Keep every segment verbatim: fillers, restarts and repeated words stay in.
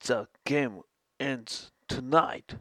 The game ends tonight.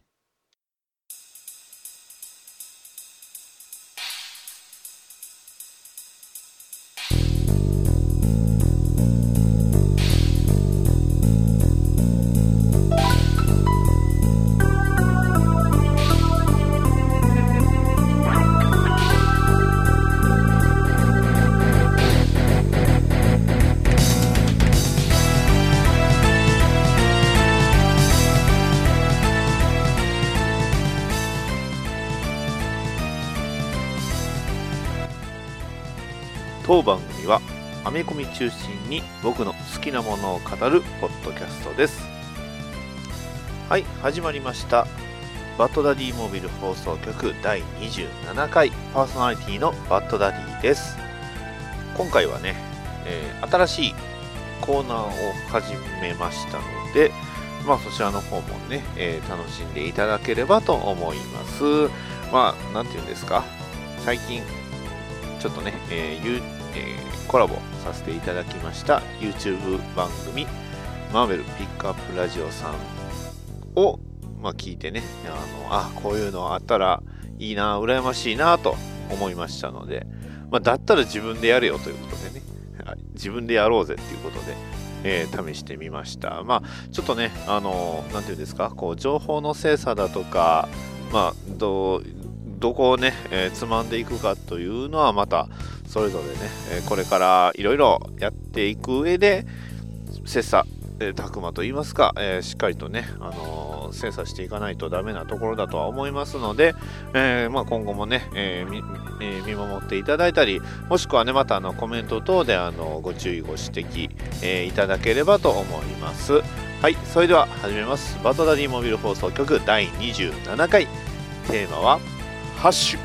当番組はアメコミ中心に僕の好きなものを語るポッドキャストです。はい、始まりました。バッドダディモビル放送局だいにじゅうななかい、パーソナリティのバッドダディです。今回はね、えー、新しいコーナーを始めましたので、まあそちらの方もね、えー、楽しんでいただければと思います。まあなんていうんですか、最近ちょっとね、えーえー、コラボさせていただきました YouTube 番組マーベルピックアップラジオさんを、まあ、聞いてね、あのあこういうのあったらいいな、羨ましいなと思いましたので、まあ、だったら自分でやれよということでね、自分でやろうぜっていうことで、えー、試してみました。まあちょっとね、あのなんていうんですか、こう情報の精査だとか、まあどうどこをね、えー、つまんでいくかというのはまたそれぞれね、えー、これからいろいろやっていく上で切磋琢磨といいますか、えー、しっかりとね、あのー、精査していかないとダメなところだとは思いますので、えーまあ、今後もね、えー 見, えー、見守っていただいたり、もしくはねまたあのコメント等であのご注意ご指摘、えー、いただければと思います。はい、それでは始めます。バトダディモビル放送局だいにじゅうななかい、テーマはハッシュ。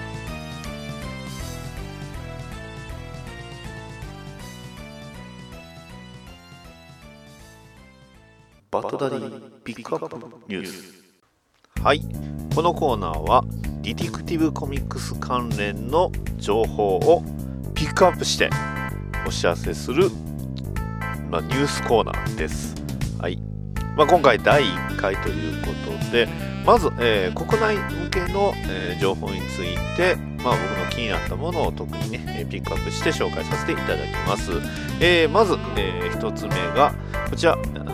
バトダディピックアップニュース。はい、このコーナーはディティクティブコミックス関連の情報をピックアップしてお知らせする、まあ、ニュースコーナーです。はい、まあ、今回だいいっかいということで、まず、えー、国内向けの、えー、情報について、まあ、僕の気になったものを特にね、えー、ピックアップして紹介させていただきます。えー、まず、えー、ひとつめがこちら、あの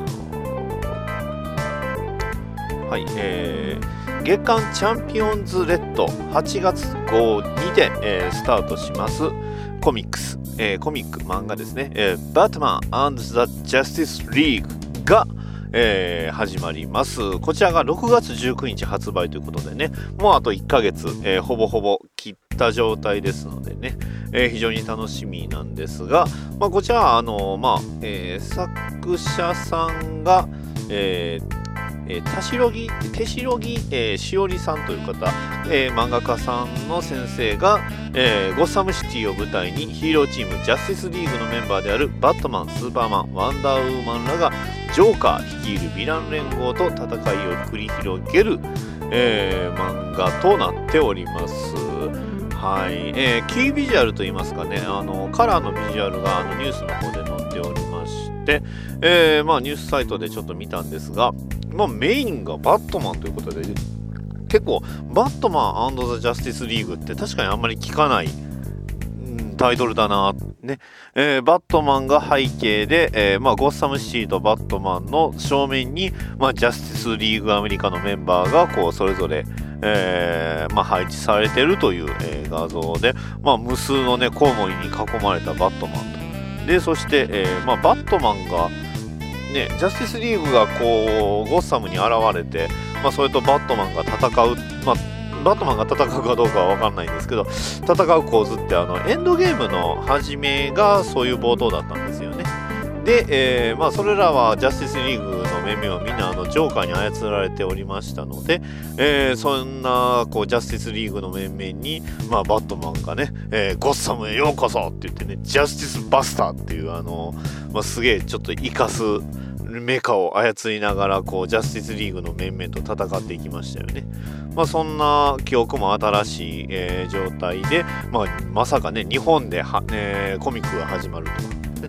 はい、えー、月刊チャンピオンズレッドはちがつ号にて、えー、スタートしますコミックス、えー、コミック漫画ですね、えー、バットマン and the Justice League がえー、始まります。こちらがろくがつじゅうくにち発売ということでね、もうあといっかげつ、えー、ほぼほぼ切った状態ですのでね、えー、非常に楽しみなんですが、まあ、こちらはあのー、まあ、えー、作者さんが、えーえー、田代木手代木、えー、しおりさんという方、えー、漫画家さんの先生が、えー、ゴッサムシティを舞台にヒーローチームジャスティスリーグのメンバーであるバットマン、スーパーマン、ワンダーウーマンらがジョーカー率いるヴィラン連合と戦いを繰り広げる、えー、漫画となっております。はい、えー、キービジュアルといいますかね、あのカラーのビジュアルがあのニュースの方で載っておりまして、えーまあ、ニュースサイトでちょっと見たんですが、まあ、メインがバットマンということで、結構バットマン&ザ・ジャスティスリーグって確かにあんまり聞かない、うん、タイトルだなね、えー、バットマンが背景で、えーまあ、ゴッサムシティとバットマンの正面に、まあ、ジャスティスリーグアメリカのメンバーがこうそれぞれ、えーまあ、配置されているという、えー、画像で、まあ、無数の、ね、コウモリに囲まれたバットマンと、でそして、えーまあ、バットマンがね、ジャスティスリーグがこうゴッサムに現れて、まあ、それとバットマンが戦う、まあ、バットマンが戦うかどうかは分かんないんですけど、戦う構図ってあのエンドゲームの始めがそういう冒頭だったんですよね。で、えーまあ、それらはジャスティスリーグの面々はみんなあのジョーカーに操られておりましたので、えー、そんなこうジャスティスリーグの面々に、まあ、バットマンがね、えー、ゴッサムへようこそって言ってね、ジャスティスバスターっていうあの、まあ、すげえちょっと生かすメカを操りながらこうジャスティスリーグの面々と戦っていきましたよね。まあ、そんな記憶も新しい、えー、状態で、まあ、まさかね日本では、えー、コミックが始まるとか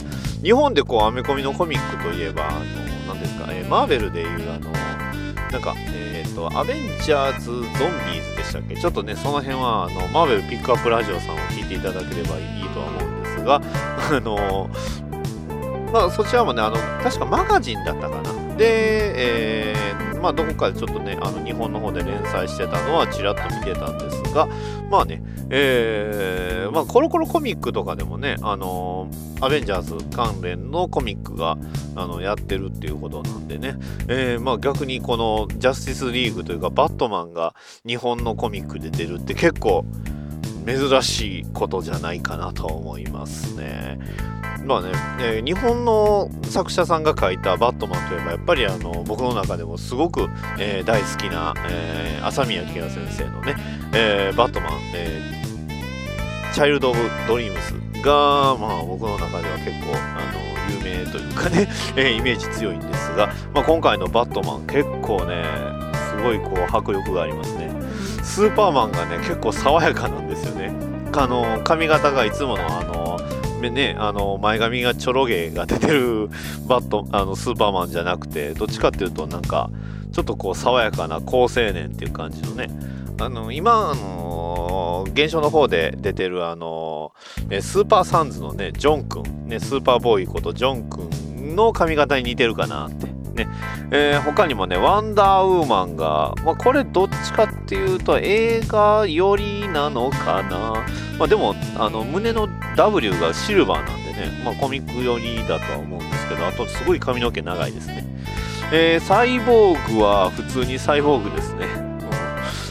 日本でこうアメコミのコミックといえばあの何ですか、えー、マーベルでいうあのなんかえっ、ー、とアベンジャーズゾンビーズでしたっけ。ちょっとねその辺はあのマーベルピックアップラジオさんを聞いていただければいいとは思うんですが、あのまあそちらもねあの確かマガジンだったかなで、えー、まあどこかでちょっとねあの日本の方で連載してたのはちらっと見てたんですが、まあねえー、まあコロコロコミックとかでもねあのアベンジャーズ関連のコミックがあのやってるっていうことなんでね、えー、まあ逆にこのジャスティスリーグというかバットマンが日本のコミックで出るって結構珍しいことじゃないかなと思いますね。まあね、えー、日本の作者さんが書いたバットマンといえばやっぱりあの僕の中でもすごく、えー、大好きな、えー、朝宮明先生のね、えー、バットマン、えー、チャイルド・オブ・ドリームスが、まあ、僕の中では結構あの有名というかね、えー、イメージ強いんですが、まあ、今回のバットマン結構ねすごいこう迫力がありますね。スーパーマンがね結構爽やかなんですよね。あの髪型がいつものあのね、あの前髪がちょろげが出てるバットあのスーパーマンじゃなくてどっちかっていうとなんかちょっとこう爽やかな好青年っていう感じのね、あの今あの現象の方で出てるあのスーパーサンズのねジョン君ね、スーパーボーイことジョン君の髪型に似てるかなってね、えー、他にもねワンダーウーマンが、まあ、これどっちかっていうと映画寄りなのかな、まあ、でもあの胸の ダブリュー がシルバーなんでね、まあ、コミック寄りだとは思うんですけど、あとすごい髪の毛長いですね。えー、サイボーグは普通にサイボーグですね、うん、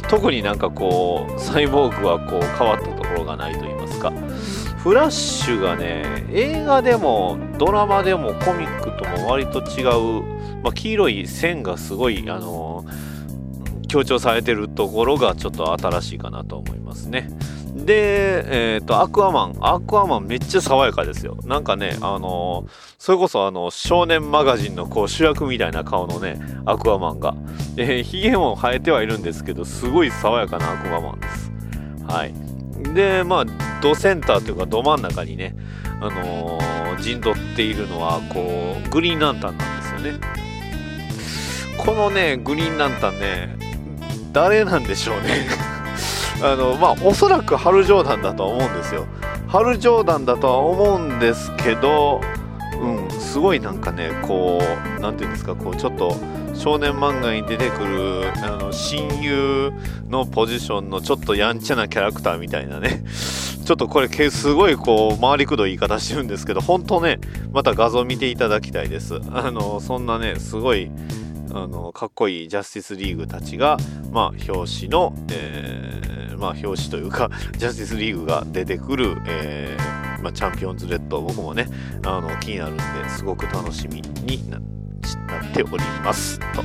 特になんかこうサイボーグはこう変わったところがないと言いますか、フラッシュがね映画でもドラマでもコミックとも割と違う、まあ、黄色い線がすごい、あのー、強調されてるところがちょっと新しいかなと思いますね。で、えーと、アクアマン。アクアマンめっちゃ爽やかですよ。なんかね、あのー、それこそあの、少年マガジンのこう主役みたいな顔のね、アクアマンが。えー、ヒゲも生えてはいるんですけど、すごい爽やかなアクアマンです。はい。で、まあ、ドセンターというか、ど真ん中にね、あのー、陣取っているのは、こう、グリーンランタンなんですよね。このね、グリーンランタンね、誰なんでしょうね。あのまあおそらくハル・ジョーダンだとは思うんですよ。ハル・ジョーダンだとは思うんですけど、うん、すごいなんかねこうなんていうんですか、こうちょっと少年漫画に出てくるあの親友のポジションのちょっとやんちゃなキャラクターみたいなね、ちょっとこれすごいこう回りくどい言い方してるんですけど、本当ねまた画像見ていただきたいです。あのそんなねすごいあのかっこいいジャスティスリーグたちが、まあ、表紙の、えーまあ、表紙というかジャスティスリーグが出てくる、えーまあ、チャンピオンズレッド、僕もねあの気になるんですごく楽しみに な, なっておりますと。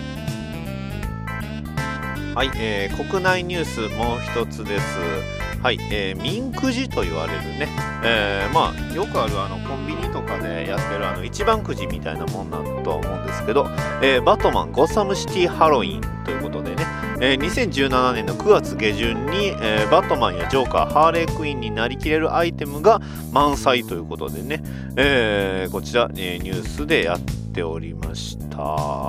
はい、えー、国内ニュースもう一つです。はい、えー、ミンくじと言われるね、えー、まあよくあるあのコンビニとかでやってるあの一番くじみたいなもんなんとは思うんですけど、えー、バットマンゴッサムシティハロウィンということでね、えー、にせんじゅうななねんのくがつげじゅんに、えー、バットマンやジョーカー、ハーレークイーンになりきれるアイテムが満載ということでね、えー、こちら、えー、ニュースでやっておりました。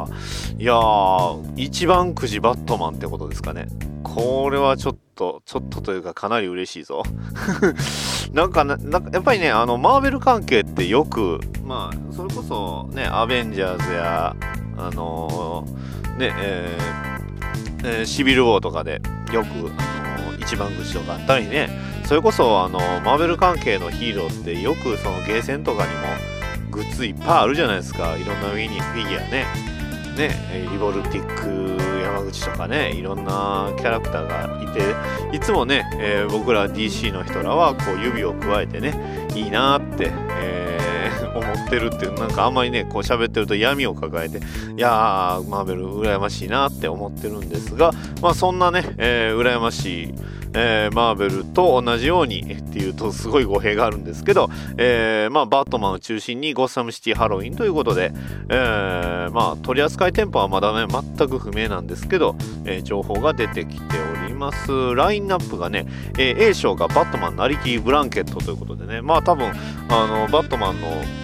いやー、一番くじバットマンってことですかね。これはちょっとちょっとというかかなり嬉しいぞ。なんかな、なんかやっぱりねあのマーベル関係ってよくまあそれこそねアベンジャーズやあのー、ねえーえー、シビルウォーとかでよく、あのー、一番くじとかあったりね、それこそあのマーベル関係のヒーローってよくそのゲーセンとかにもグッズいっぱいあるじゃないですか。いろんなフィギュアねね、リボルティック山口とかね、いろんなキャラクターがいて、いつもね、えー、僕ら ディーシー の人らはこう指を加えてね、いいなーって、えー、思ってるっていう、なんかあんまりねこう喋ってると闇を抱えて、いやーマーベル羨ましいなって思ってるんですが、まあそんなね、えー、羨ましいえー、マーベルと同じようにっていうとすごい語弊があるんですけど、えー、まあバットマンを中心にゴッサムシティハロウィンということで、えー、まあ取扱店舗はまだね全く不明なんですけど、えー、情報が出てきております。ラインナップがね、えー、A 賞がバットマンなりきりブランケットということでね、まあ多分あのバットマンの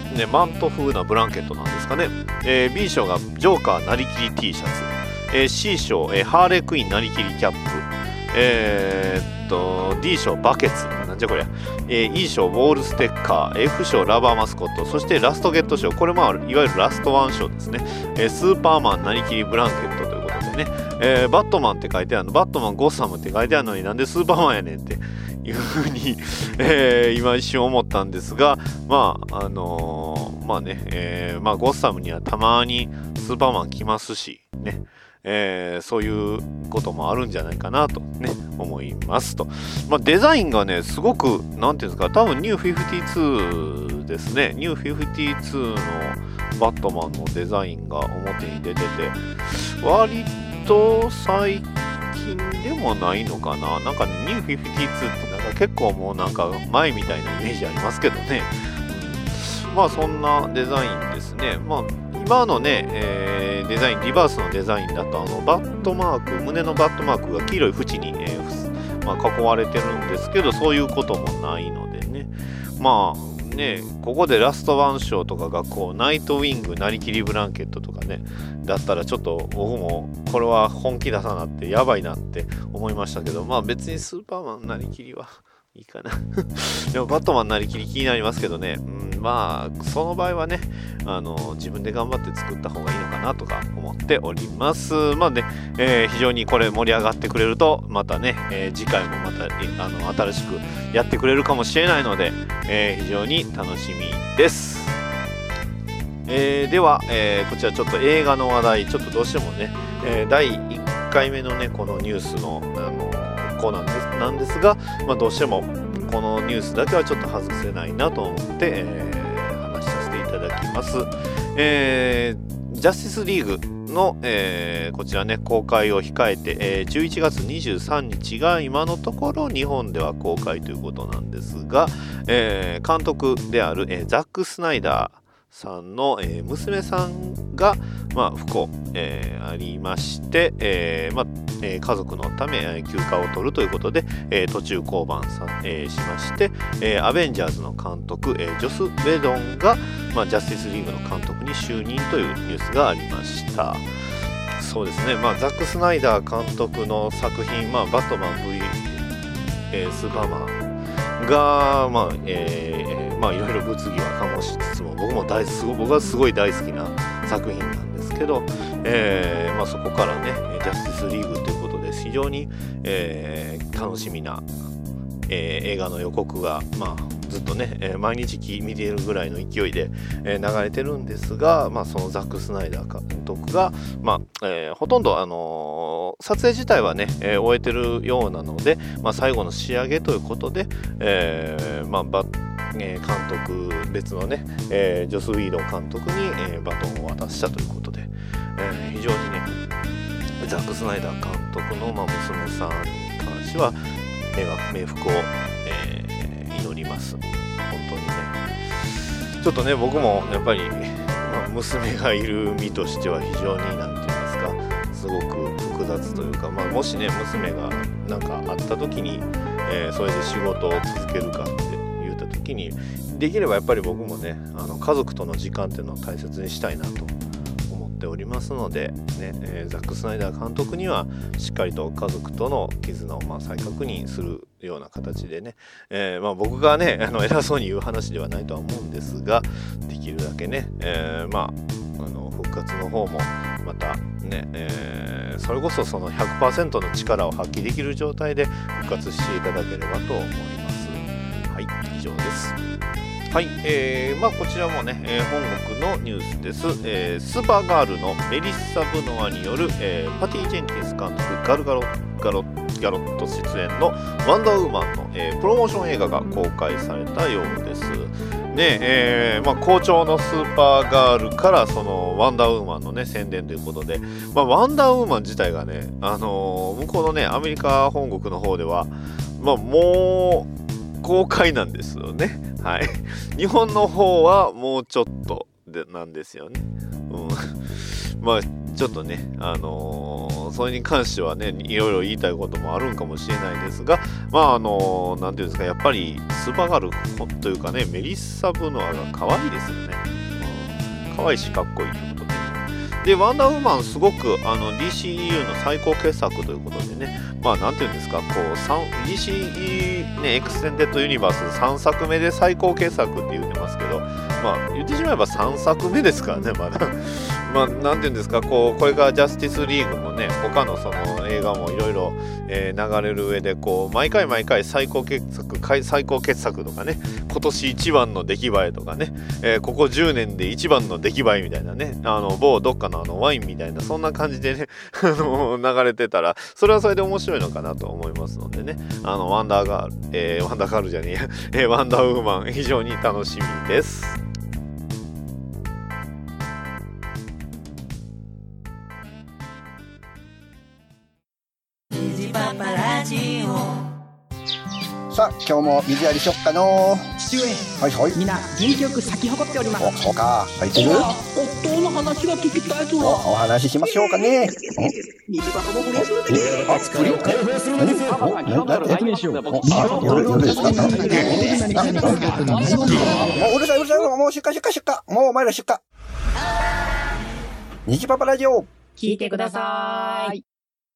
ね、マント風なブランケットなんですかね。えー、B 賞がジョーカーなりきり T シャツ、えー、C 賞、えー、ハーレークイーンなりきりキャップ、えー、っと D 賞バケツ、なんじゃこりゃ、えー、E 賞ウォールステッカー、F 賞ラバーマスコット、そしてラストゲット賞、これもいわゆるラストワン賞ですね。えー、スーパーマンなりきりブランケットということでね、えー、バットマンって書いてあるの、バットマンゴッサムって書いてあるのになんでスーパーマンやねんっていうふうに、えー、今一瞬思ったんですが、まああのー、まあね、えー、まあゴッサムにはたまにスーパーマン来ますしね、えー、そういうこともあるんじゃないかなとね思いますと。まあ、デザインがねすごくなんていうんですか、多分ニューフィフティーツーですね。ニューフィフティーツーのバットマンのデザインが表に出てて、割と最近でもないのかな。なんかニューフィフティーツーってなんか結構もうなんか前みたいなイメージありますけどね。うん、まあそんなデザインですね。まあ今のね、えー、デザイン、リバースのデザインだと、あのバットマーク、胸のバットマークが黄色い縁に、えーまあ、囲われてるんですけど、そういうこともないのでね。まあね、ここでラストワン賞とかがこうナイトウィングなりきりブランケットとかねだったらちょっと僕もこれは本気出さなってやばいなって思いましたけど、まあ別にスーパーマンなりきりはいいかなでもバットマンなりきり気になりますけどね、うん、まあその場合はねあの自分で頑張って作った方がいいのかなとか思っております。まあね、えー、非常にこれ盛り上がってくれるとまたね、えー、次回もまたあの新しくやってくれるかもしれないので、えー、非常に楽しみです。えー、では、えー、こちらちょっと映画の話題ちょっとどうしてもね、えー、だいいっかいめのねこのニュースの、あのー、コーナーですなんですが、まあ、どうしてもこのニュースだけはちょっと外せないなと思って、えー、話させていただきます。えー、ジャスティスリーグの、えー、こちらね公開を控えて、えー、じゅういちがつにじゅうさんにちが今のところ日本では公開ということなんですが、えー、監督である、えー、ザック・スナイダーさんの、えー、娘さんが、まあ、不幸、えー、ありまして、えーまあえー、家族のため、えー、休暇を取るということで、えー、途中降板さ、えー、しまして、えー、アベンジャーズの監督、えー、ジョス・ウェドンが、まあ、ジャスティスリーグの監督に就任というニュースがありました。そうですね、まあ、ザック・スナイダー監督の作品、まあ、バットマン V、えー、スーパーマンが、まあえーまあ、いろいろ物議は醸しつつも僕も大すご僕はすごい大好きな作品なんですけど、えーまあ、そこからねジャスティスリーグということで非常に、えー、楽しみな、えー、映画の予告が、まあ、ずっとね、えー、毎日見ているぐらいの勢いで、えー、流れてるんですが、まあ、そのザック・スナイダー監督が、まあえー、ほとんど、あのー、撮影自体はね、えー、終えてるようなので、まあ、最後の仕上げということで、えーまあバえー、監督別のね、えー、ジョス・ウィードン監督に、えー、バトンを渡したということで、えー、非常にねザック・スナイダー監督の、まあ、娘さんに関しては冥福を、えー、祈ります。本当にねちょっとね僕もやっぱり、まあ、娘がいる身としては非常になんていうんですかすごく複雑というか、まあ、もしね娘がなんかあった時に、えー、それで仕事を続けるかって言った時にできればやっぱり僕もねあの家族との時間っていうのを大切にしたいなと思っておりますので、ねえー、ザック・スナイダー監督にはしっかりと家族との絆をまあ再確認するような形でね、えーまあ、僕がねあの偉そうに言う話ではないとは思うんですができるだけね、えー、まああの復活の方もまたね、えー、それこそその ひゃくパーセント の力を発揮できる状態で復活していただければと思います。はい、以上です。はい、えー、まあこちらもね、えー、本国のニュースです、えー、スーパーガールのメリッサ・ブノアによる、えー、パティ・ジェンキンス監督ガルガロガロギャロット出演のワンダーウーマンの、えー、プロモーション映画が公開されたようです。で、えーまあ、好調のスーパーガールからそのワンダーウーマンのね宣伝ということで、まあ、ワンダーウーマン自体がね、あのー、向こうのねアメリカ本国の方では、まあ、もう公開なんですよね。はい、日本の方はもうちょっとでなんですよね。うん、まあちょっとね、あのー、それに関してはねいろいろ言いたいこともあるんかもしれないですが、まああのー、なんていうんですかやっぱりスーパーガールというかねメリッサ・ブノアが可愛いですよね。 可愛いしかっこいいということで、でワンダーウーマンすごくあの ディーシーイーユー の最高傑作ということでね、まあなんていうんですか、こう ディーシーイー、ね、エクステンデッドユニバースさんさくめで最高傑作って言ってますけど、まあ言ってしまえばさんさくめですからね、まだまあなんていうんですか、こうこれからジャスティスリーグもね、他のその映画もいろいろ流れる上で、こう毎回毎回最高傑作最高傑作とかね、今年一番の出来栄えとかね、えー、ここじゅうねんで一番の出来栄えみたいなね、あの某どっかのあのワインみたいなそんな感じでねあの流れてたら、それはそれで面白いのかなと思いますのでね、あのワンダーガール、えー、ワンダーガールじゃねえや、えー、ワンダーウーマン非常に楽しみです。 さあ今日も水やりしよっかの。 父上、 はいはい、 みんな元気よく咲き誇っております。 お、そうか、咲いてる。 夫の話が聞きたいぞ。 お、お話ししましょうかね。 水場も不倫するでしょ。 あ、不倫か。何？何？何？あ、夜夜ですか。もううるさいうるさい、もう出荷出荷出荷、もうお前ら出荷。虹パパラジオ聞いてください。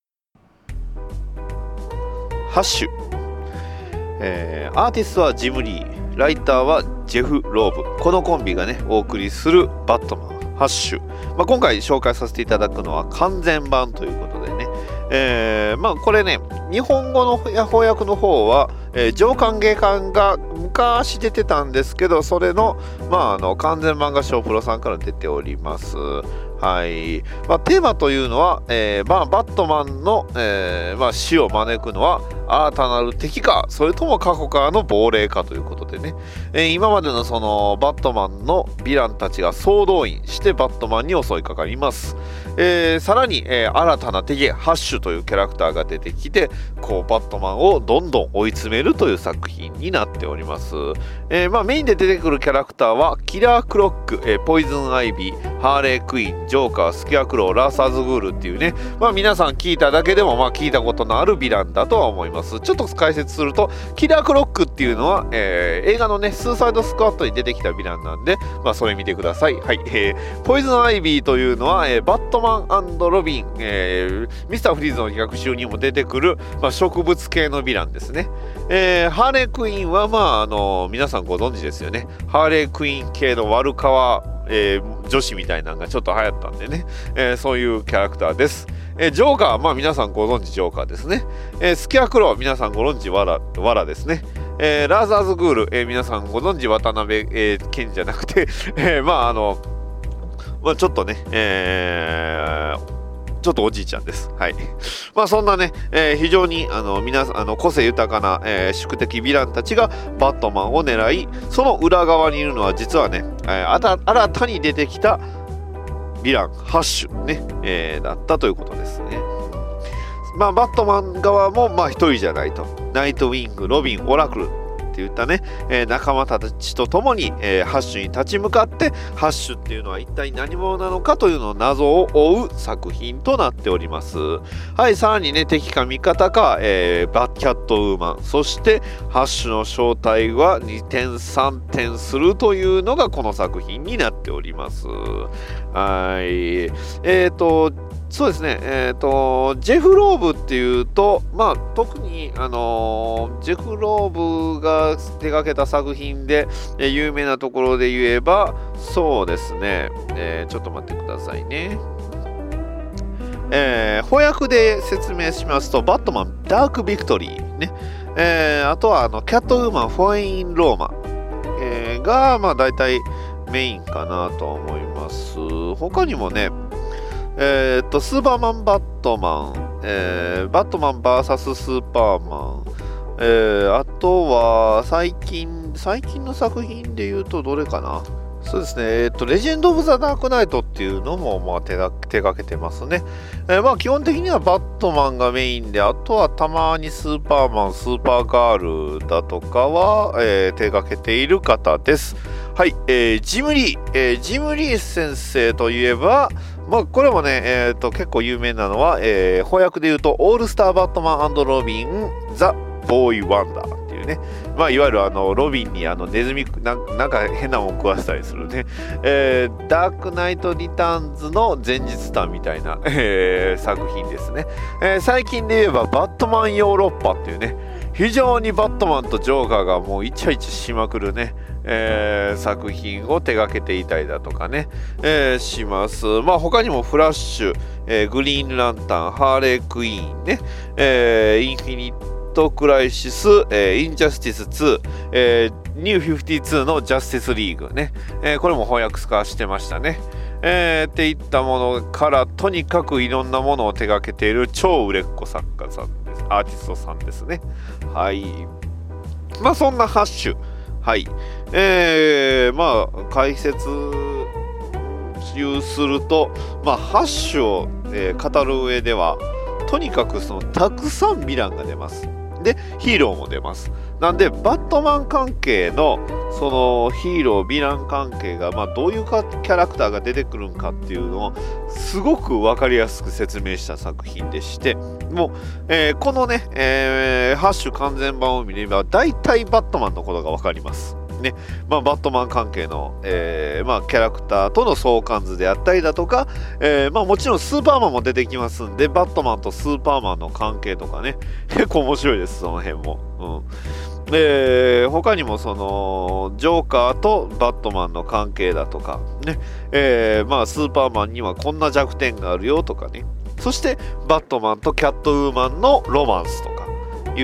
ハッシュ、えー、アーティストはジム・リー、ライターはジェフ・ローブ、このコンビがねお送りするバットマンハッシュ、まあ、今回紹介させていただくのは完全版ということでね、えー、まあこれね日本語の翻訳の方は、えー、上官下官が昔出てたんですけど、それのまああの完全版がショープロさんから出ております。はい、まあ、テーマというのは、えーまあ、バットマンの、えーまあ、死を招くのは新たなる敵か、それとも過去からの亡霊かということでね、えー、今までのそのバットマンのヴィランたちが総動員してバットマンに襲いかかります。えー、さらに、えー、新たな敵ハッシュというキャラクターが出てきて、こうバットマンをどんどん追い詰めるという作品になっております。えーまあ、メインで出てくるキャラクターはキラークロック、えー、ポイズンアイビー、ハーレークイーン、ジョーカー、スキャクロー、ラーサーズグールっていうね、まあ皆さん聞いただけでもまあ聞いたことのあるヴィランだとは思います。ちょっと解説すると、キラークロックっていうのは、えー、映画のねスーサイドスクワットに出てきたヴィランなんで、まあそれ見てください。はい、えー、ポイズンアイビーというのは、えー、バットマン&ロビン、えー、ミスターフリーズの逆襲にも出てくる、まあ、植物系のヴィランですね。えー、ハーレークイーンはまああの皆さんご存知ですよね。ハーレークイーン系の悪川えー、女子みたいなのがちょっと流行ったんでね、えー、そういうキャラクターです。えー、ジョーカー、まあ皆さんご存知ジョーカーですね。えー、スキャクロー、皆さんご存知ワラ、ワラですね。えー、ラーザーズグール、えー、皆さんご存知渡辺、えー、健じゃなくて、えー、まああの、まあちょっとね、えー、ちょっとおじいちゃんです。はい。まあそんなね、えー、非常にあの皆さんあの個性豊かな、えー、宿敵ヴィランたちがバットマンを狙い、その裏側にいるのは実はね、えー、あた新たに出てきたヴィランハッシュね、えー、だったということですね。まあバットマン側もまあ一人じゃないと、ナイトウィング、ロビン、オラクルっていったね、えー、仲間たちと共に、えー、ハッシュに立ち向かって、ハッシュっていうのは一体何者なのかというのを謎を追う作品となっております。はい、さらにね、敵か味方か、えー、バッキャットウーマン、そしてハッシュの正体はにてんさんてんするというのがこの作品になっております。はい、えーとそうですね、えーと、ジェフ・ローブっていうと、まあ、特に、あのー、ジェフ・ローブが手掛けた作品で、えー、有名なところで言えば、そうですね、えー、ちょっと待ってくださいね。えー、翻訳で説明しますと、バットマン、ダーク・ビクトリー、ね、えー、あとはあのキャットウーマン、フォイン・ローマ、えー、が、まあ、大体メインかなと思います。他にもね、えー、っとスーパーマンバットマン、えー、バットマン ブイエス スーパーマン、えー、あとは最近最近の作品で言うとどれかな。そうですね、えー、っとレジェンド・オブ・ザ・ダークナイトっていうのもまあ手が手がけてますね。えー、まあ基本的にはバットマンがメインで、あとはたまにスーパーマン、スーパーガールだとかは、えー、手がけている方です。はい、えー、ジムリー、えー、ジムリー先生といえば、まあ、これもね、えー、と結構有名なのは、えー、翻訳で言うと、オールスターバットマン&ロビン、ザ・ボーイ・ワンダーっていういうね、まあ、いわゆるあのロビンにあのネズミな、なんか変なもん食わせたりするね、えー、ダークナイトリターンズの前日譚みたいな、えー、作品ですね、えー、最近で言えばバットマンヨーロッパっていうね、非常にバットマンとジョーカーがもうイチャイチャしまくるね、えー、作品を手掛けていたりだとかね、えー、します。まあ他にもフラッシュ、えー、グリーンランタン、ハーレークイーンね、えー、インフィニットクライシス、えー、インジャスティスツー、えー、ニューごじゅうにのジャスティスリーグね、えー、これも翻訳化してましたね。えー、っていったものからとにかくいろんなものを手掛けている超売れっ子作家さんです。アーティストさんですね。はい。まあそんなハッシュ。はい。えー、まあ解説すると、まあハッシュを、えー、語る上では、とにかくそのたくさんヴィランが出ます。で、ヒーローも出ます。なんで、バットマン関係のそのヒーロー、ヴィラン関係が、まあ、どういうかキャラクターが出てくるんかっていうのをすごく分かりやすく説明した作品でして、もう、えー、このね、えー、ハッシュ完全版を見れば、大体バットマンのことが分かります。ね、まあ、バットマン関係の、えーまあ、キャラクターとの相関図であったりだとか、えーまあ、もちろんスーパーマンも出てきますんで、バットマンとスーパーマンの関係とかね、結構面白いです、その辺も。うん、えー、他にもそのジョーカーとバットマンの関係だとか、ね、えーまあ、スーパーマンにはこんな弱点があるよとかね、そしてバットマンとキャットウーマンのロマンスとかいう、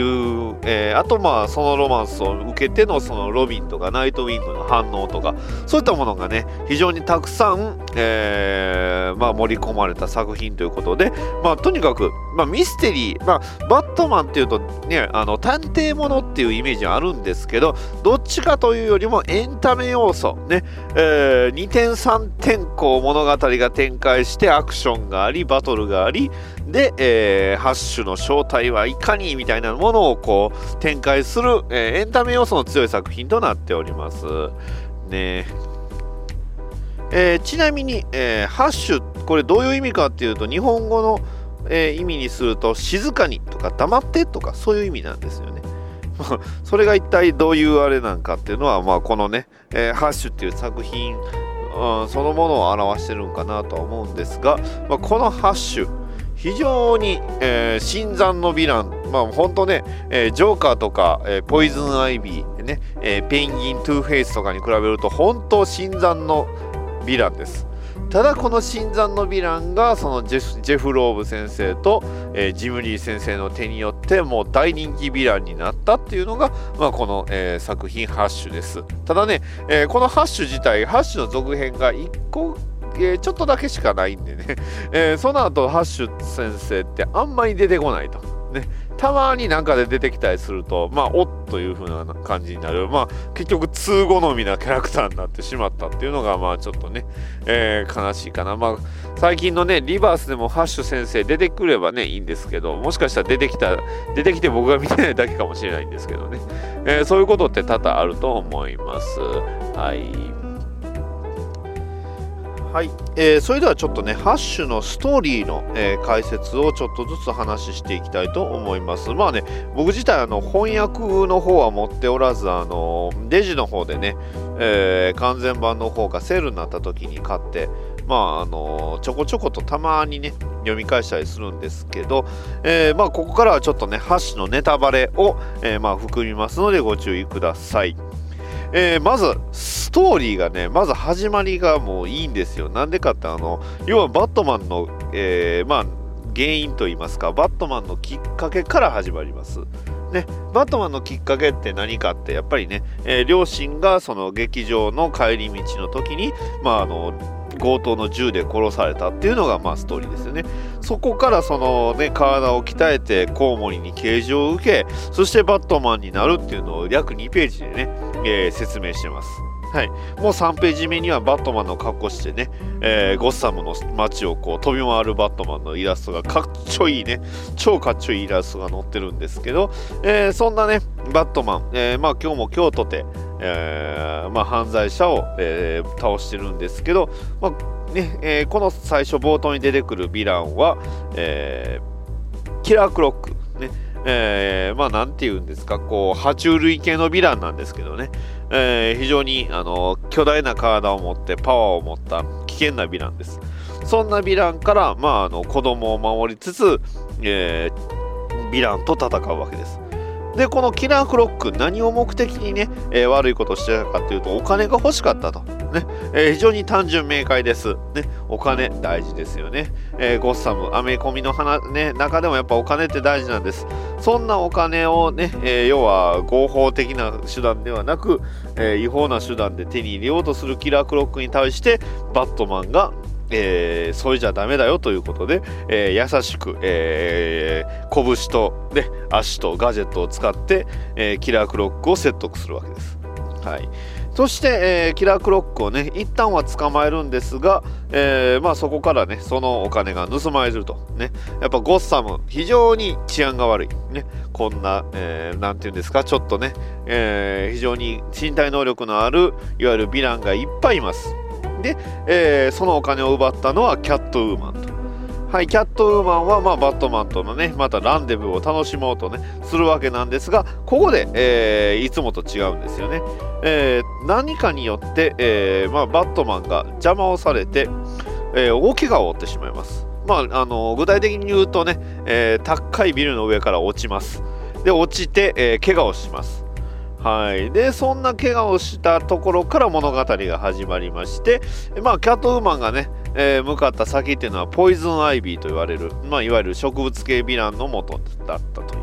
えー、あとまあそのロマンスを受けてのそのロビンとかナイトウィングの反応とか、そういったものがね非常にたくさん、えーまあ、盛り込まれた作品ということで、まあ、とにかく、まあ、ミステリー、まあ、バットマンっていうとね、あの探偵ものっていうイメージはあるんですけど、どっちかというよりもエンタメ要素ね、えー、にてんさんてんこう物語が展開してアクションがありバトルがありで、えー、ハッシュの正体はいかにみたいなものをこう展開する、えー、エンタメ要素の強い作品となっておりますね。えー、ちなみに、えー、ハッシュこれどういう意味かっていうと、日本語の、えー、意味にすると静かにとか黙ってとかそういう意味なんですよね。それが一体どういうあれなんかっていうのは、まあ、このね、えー、ハッシュっていう作品、うん、そのものを表してるんかなとは思うんですが、まあ、このハッシュ非常に、えー、新参のヴィラン、まあ本当ね、えー、ジョーカーとか、えー、ポイズンアイビー、ねえー、ペンギン、トゥーフェイスとかに比べると本当新参のヴィランです。ただこの新参のヴィランがそのジェフ、ジェフローブ先生と、えー、ジムリー先生の手によってもう大人気ヴィランになったっていうのが、まあ、この、えー、作品ハッシュです。ただね、えー、このハッシュ自体、ハッシュの続編がいっこえー、ちょっとだけしかないんでね、えー、その後ハッシュ先生ってあんまり出てこないとね、たまになんかで出てきたりすると、まあおっという風な感じになる、まあ結局通好みなキャラクターになってしまったっていうのがまあちょっとね、えー、悲しいかな。まあ最近のねリバースでもハッシュ先生出てくればねいいんですけど、もしかしたら出てきた出てきて僕が見てないだけかもしれないんですけどね、えー、そういうことって多々あると思います。はい。はい、えー、それではちょっとねハッシュのストーリーの、えー、解説をちょっとずつ話していきたいと思います。まあね、僕自体あの翻訳の方は持っておらず、あのレジの方でね、えー、完全版の方がセールになった時に買って、まああのちょこちょことたまにね読み返したりするんですけど、えー、まあここからはちょっとねハッシュのネタバレを、えー、まあ含みますのでご注意ください。えー、まずストーリーがね、まず始まりがもういいんですよ。なんでかって、あの要はバットマンの、えー、まあ原因といいますか、バットマンのきっかけから始まります。ね、バットマンのきっかけって何かって、やっぱりね、えー、両親がその劇場の帰り道の時に、まああの強盗の銃で殺されたっていうのがまあストーリーですよね。そこからそのね体を鍛えてコウモリに啓示を受け、そしてバットマンになるっていうのを約にページでね、えー、説明してます。はい、もうさんページ目にはバットマンの格好してね、えー、ゴッサムの街をこう飛び回るバットマンのイラストがかっちょいいね、超かっちょいいイラストが載ってるんですけど、えー、そんなねバットマン、えー、まあ今日も今日とて、えーまあ、犯罪者を、えー、倒してるんですけど、まあねえー、この最初冒頭に出てくるヴィランは、えー、キラークロック、ねえー、まあなんていうんですか、こう爬虫類系のヴィランなんですけどね、えー、非常にあの巨大な体を持ってパワーを持った危険なヴィランです。そんなヴィランから、まあ、あの子供を守りつつ、えー、ヴィランと戦うわけです。でこのキラークロック、何を目的にね、えー、悪いことをしてたかというと、お金が欲しかったと、ねえー、非常に単純明快です、ね、お金大事ですよね、えー、ゴッサムアメコミの話、ね、中でもやっぱお金って大事なんです。そんなお金をね、えー、要は合法的な手段ではなく、えー、違法な手段で手に入れようとするキラークロックに対してバットマンがえー、それじゃダメだよということで、えー、優しく、えー、拳と、ね、足とガジェットを使って、えー、キラークロックを説得するわけです。はい、そして、えー、キラークロックをね一旦は捕まえるんですが、えーまあ、そこからねそのお金が盗まれると、ね、やっぱゴッサム非常に治安が悪い、ね、こんな、えー、なんていうんですか、ちょっとね、えー、非常に身体能力のあるいわゆるヴィランがいっぱいいます。で、えー、そのお金を奪ったのはキャットウーマンと。はい、キャットウーマンは、まあ、バットマンとのね、またランデブーを楽しもうとね、するわけなんですが、ここで、えー、いつもと違うんですよね。えー、何かによって、えーまあ、バットマンが邪魔をされて、えー、大怪我を負ってしまいます。まあ、あの具体的に言うとね、えー、高いビルの上から落ちます。で、落ちて、えー、怪我をします。はい、でそんな怪我をしたところから物語が始まりまして、まあ、キャットウーマンがね、えー、向かった先っていうのはポイズンアイビーと言われる、まあ、いわゆる植物系ヴィランの元だったという、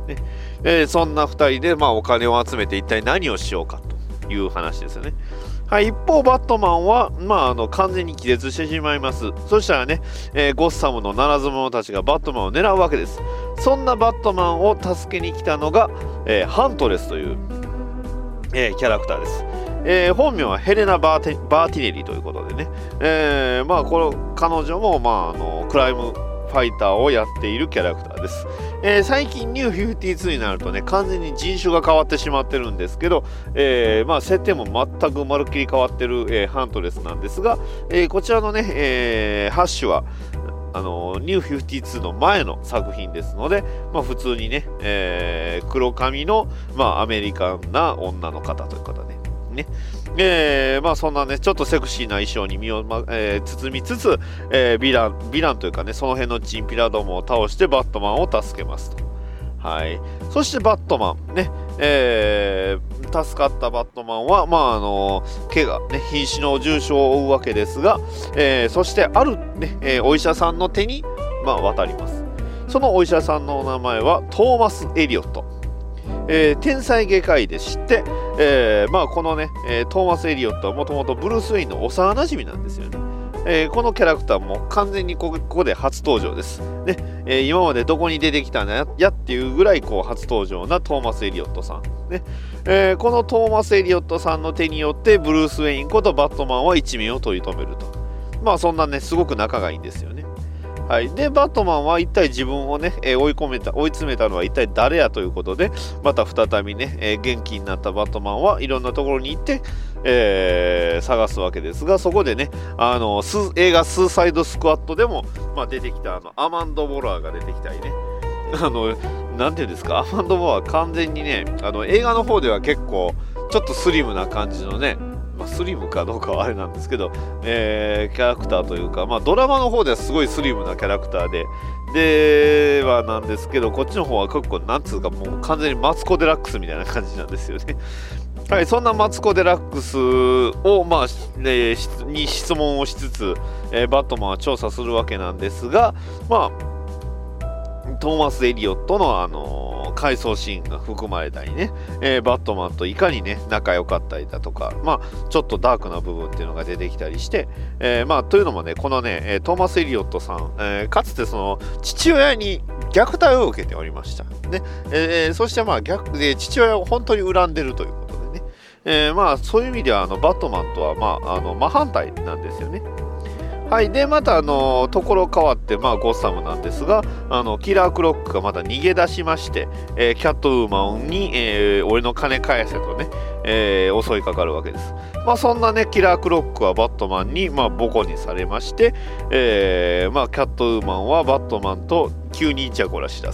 ねえー、そんなふたりで、まあ、お金を集めて一体何をしようかという話ですよね。はい、一方バットマンは、まあ、あの完全に気絶してしまいます。そしたらね、えー、ゴッサムのならず者たちがバットマンを狙うわけです。そんなバットマンを助けに来たのが、えー、ハントレスという、えー、キャラクターです。えー、本名はヘレナ・バーテ・バーティネリということでね、えー、まあこの彼女も、まあ、あのクライムファイターをやっているキャラクターです。えー、最近ニューフィフティーツーになるとね、完全に人種が変わってしまってるんですけど、えー、まあ設定も全くまるっきり変わってる、えー、ハントレスなんですが、えー、こちらのね、えー、ハッシュはあのニューフィフティーツーの前の作品ですので、まあ、普通にね、えー、黒髪の、まあ、アメリカンな女の方ということでね、えー、まあそんなねちょっとセクシーな衣装に身を、まえー、包みつつ、えー、ヴィランヴィランというかね、その辺のチンピラどもを倒してバットマンを助けますと。はい、そしてバットマンね、えー、助かったバットマンはまああの怪我ね瀕死の重傷を負うわけですが、えー、そしてあるね、えー、お医者さんの手にまあ渡ります。そのお医者さんのお名前はトーマス・エリオット。えー、天才外科医でして、えーまあ、このね、えー、トーマス・エリオットはもともとブルース・ウェインの幼馴染なんですよね。えー、このキャラクターも完全にここ、ここで初登場です、ねえー、今までどこに出てきたんややっていうぐらいこう初登場なトーマス・エリオットさん、ねえー、このトーマス・エリオットさんの手によってブルース・ウェインことバットマンは一命を取り留めると。まあそんなねすごく仲がいいんですよね。はい、でバットマンは一体自分をね、えー、追い込めた追い詰めたのは一体誰やということで、また再びね、えー、元気になったバットマンはいろんなところに行って、えー、探すわけですが、そこでねあのス映画スーサイドスクワットでも、まあ、出てきたあのアマンド・ボラーが出てきたりね、あのなんていうんですか、アマンド・ボラー完全にねあの映画の方では結構ちょっとスリムな感じのね、まあ、スリムかどうかはあれなんですけど、えー、キャラクターというか、まあ、ドラマの方ではすごいスリムなキャラクターでではなんですけど、こっちの方は結構なんつうかもう完全にマツコ・デラックスみたいな感じなんですよね。はい、そんなマツコ・デラックスを、まあえー、に質問をしつつ、えー、バットマンは調査するわけなんですが、まあトーマス・エリオットの、あのー、回想シーンが含まれたりね、えー、バットマンといかにね仲良かったりだとか、まあちょっとダークな部分っていうのが出てきたりして、えー、まあというのもねこのねトーマス・エリオットさん、えー、かつてその父親に虐待を受けておりましたね、えー、そしてまあ逆で父親を本当に恨んでるということでね、えー、まあそういう意味ではあのバットマンとはまああの真反対なんですよね。はい、でまたあのところ変わって、まあ、ゴッサムなんですが、あのキラークロックがまた逃げ出しまして、えー、キャットウーマンに、えー、俺の金返せとね、えー、襲いかかるわけです。まあそんなねキラークロックはバットマンに、まあ、ボコにされまして、えーまあ、キャットウーマンはバットマンと急にイチャコラしだすと。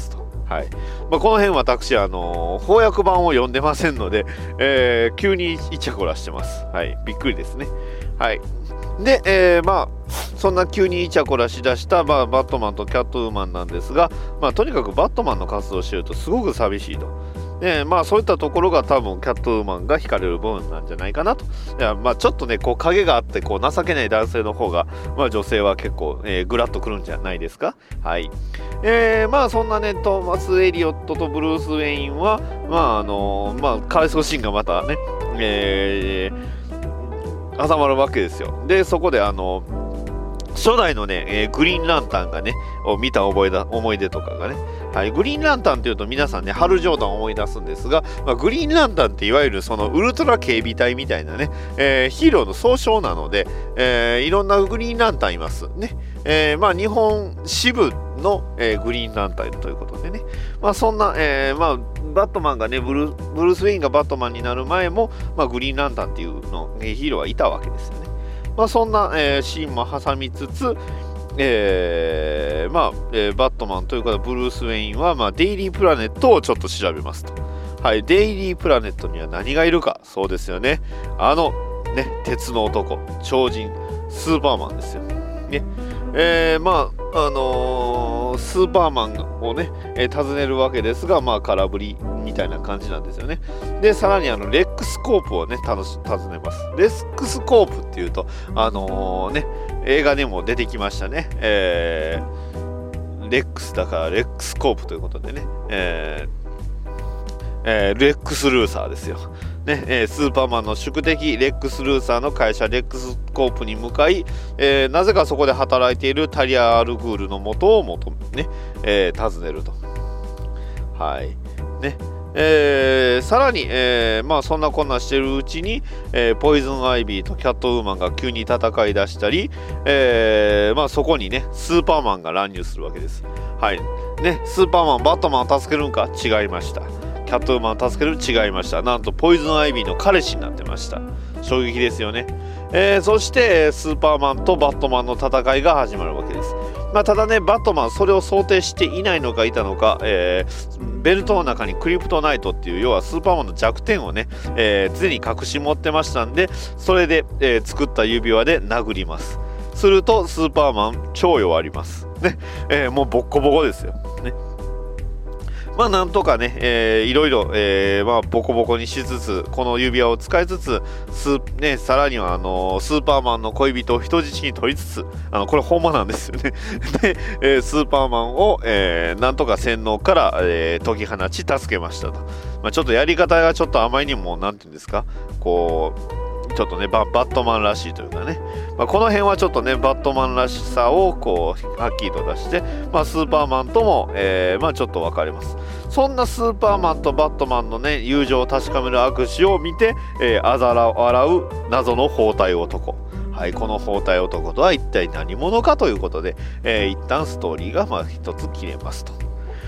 はい。まあ、この辺私、あのー、翻訳版を読んでませんので、えー、急にイチャコラしてます。はい。びっくりですね。はい。で、えー、まあ、そんな急にイチャコラしだした、まあ、バットマンとキャットウーマンなんですが、まあ、とにかくバットマンの活動をしているとすごく寂しいと。で、まあ、そういったところが多分キャットウーマンが惹かれる部分なんじゃないかなと。いや、まあ、ちょっとね、こう影があってこう情けない男性の方が、まあ、女性は結構、えー、グラッとくるんじゃないですか。はい。えー、まあそんなね、トーマス・エリオットとブルース・ウェインは、まああのー、まあ、回想シーンがまたね、えー、挟まるわけですよ。で、そこであの初代のね、えー、グリーンランタンがね、を見た覚えだ思い出とかがね、はい、グリーンランタンというと皆さんね、ハル・ジョーダンを思い出すんですが、まあ、グリーンランタンっていわゆるそのウルトラ警備隊みたいなね、えー、ヒーローの総称なので、えー、いろんなグリーンランタンいますね。えー、まあ日本支部の、えー、グリーンランタンということでね、まあそんな、えー、まあバットマンがねブル、ブルース・ウェインがバットマンになる前も、まあ、グリーンランタンっていうの、えー、ヒーローはいたわけですよね。まあそんな、えー、シーンも挟みつつ、えー、まあ、えー、バットマンというかブルース・ウェインは、まあ、デイリープラネットをちょっと調べますと。はい、デイリープラネットには何がいるか、そうですよね。あの、ね、鉄の男、超人、スーパーマンですよ。ね、えー、まあ、あのー、スーパーマンをね、えー、訪ねるわけですが、まあ、空振りみたいな感じなんですよね。で、さらにあの、レックスコープをね、楽し訪ねます。レックスコープっていうと、あのー、ね、映画でも出てきましたね。えー、レックスだからレックスコープということでね、えーえー、レックスルーサーですよ。ねえー、スーパーマンの宿敵レックス・ルーサーの会社レックスコープに向かい、えー、なぜかそこで働いているタリア・アルグールの元を求め、ねえー、訪ねると。はいねえー、さらに、えーまあ、そんなこんなしてるうちに、えー、ポイズン・アイビーとキャットウーマンが急に戦い出したり、えーまあ、そこにねスーパーマンが乱入するわけです。はいね、スーパーマンバットマンを助けるんか、違いました。キャットウーマンを助ける、違いました。なんとポイズンアイビーの彼氏になってました。衝撃ですよね。えー、そしてスーパーマンとバットマンの戦いが始まるわけです。まあ、ただね、バットマンそれを想定していないのかいたのか、えー、ベルトの中にクリプトナイトっていう要はスーパーマンの弱点をね、えー、常に隠し持ってましたんで、それで、えー、作った指輪で殴ります。するとスーパーマン超弱りますね、えー、もうボッコボコですよね。まあなんとかね、えー、いろいろ、えー、まあボコボコにしつつ、この指輪を使いつつ、スね、さらにはあのー、スーパーマンの恋人を人質に取りつつ、あのこれほんまなんですよね。で、えー、スーパーマンを、えー、なんとか洗脳から、えー、解き放ち助けましたと。まあ、ちょっとやり方がちょっとあまりにもなんていうんですか、こう。ちょっとねバ、バットマンらしいというかね、まあ、この辺はちょっとねバットマンらしさをこうはっきりと出して、まあ、スーパーマンとも、えーまあ、ちょっと分かれます。そんなスーパーマンとバットマンのね友情を確かめる握手を見て、えー、あざら笑う謎の包帯男。はい、この包帯男とは一体何者かということで、えー、一旦ストーリーがまあ一つ切れますと。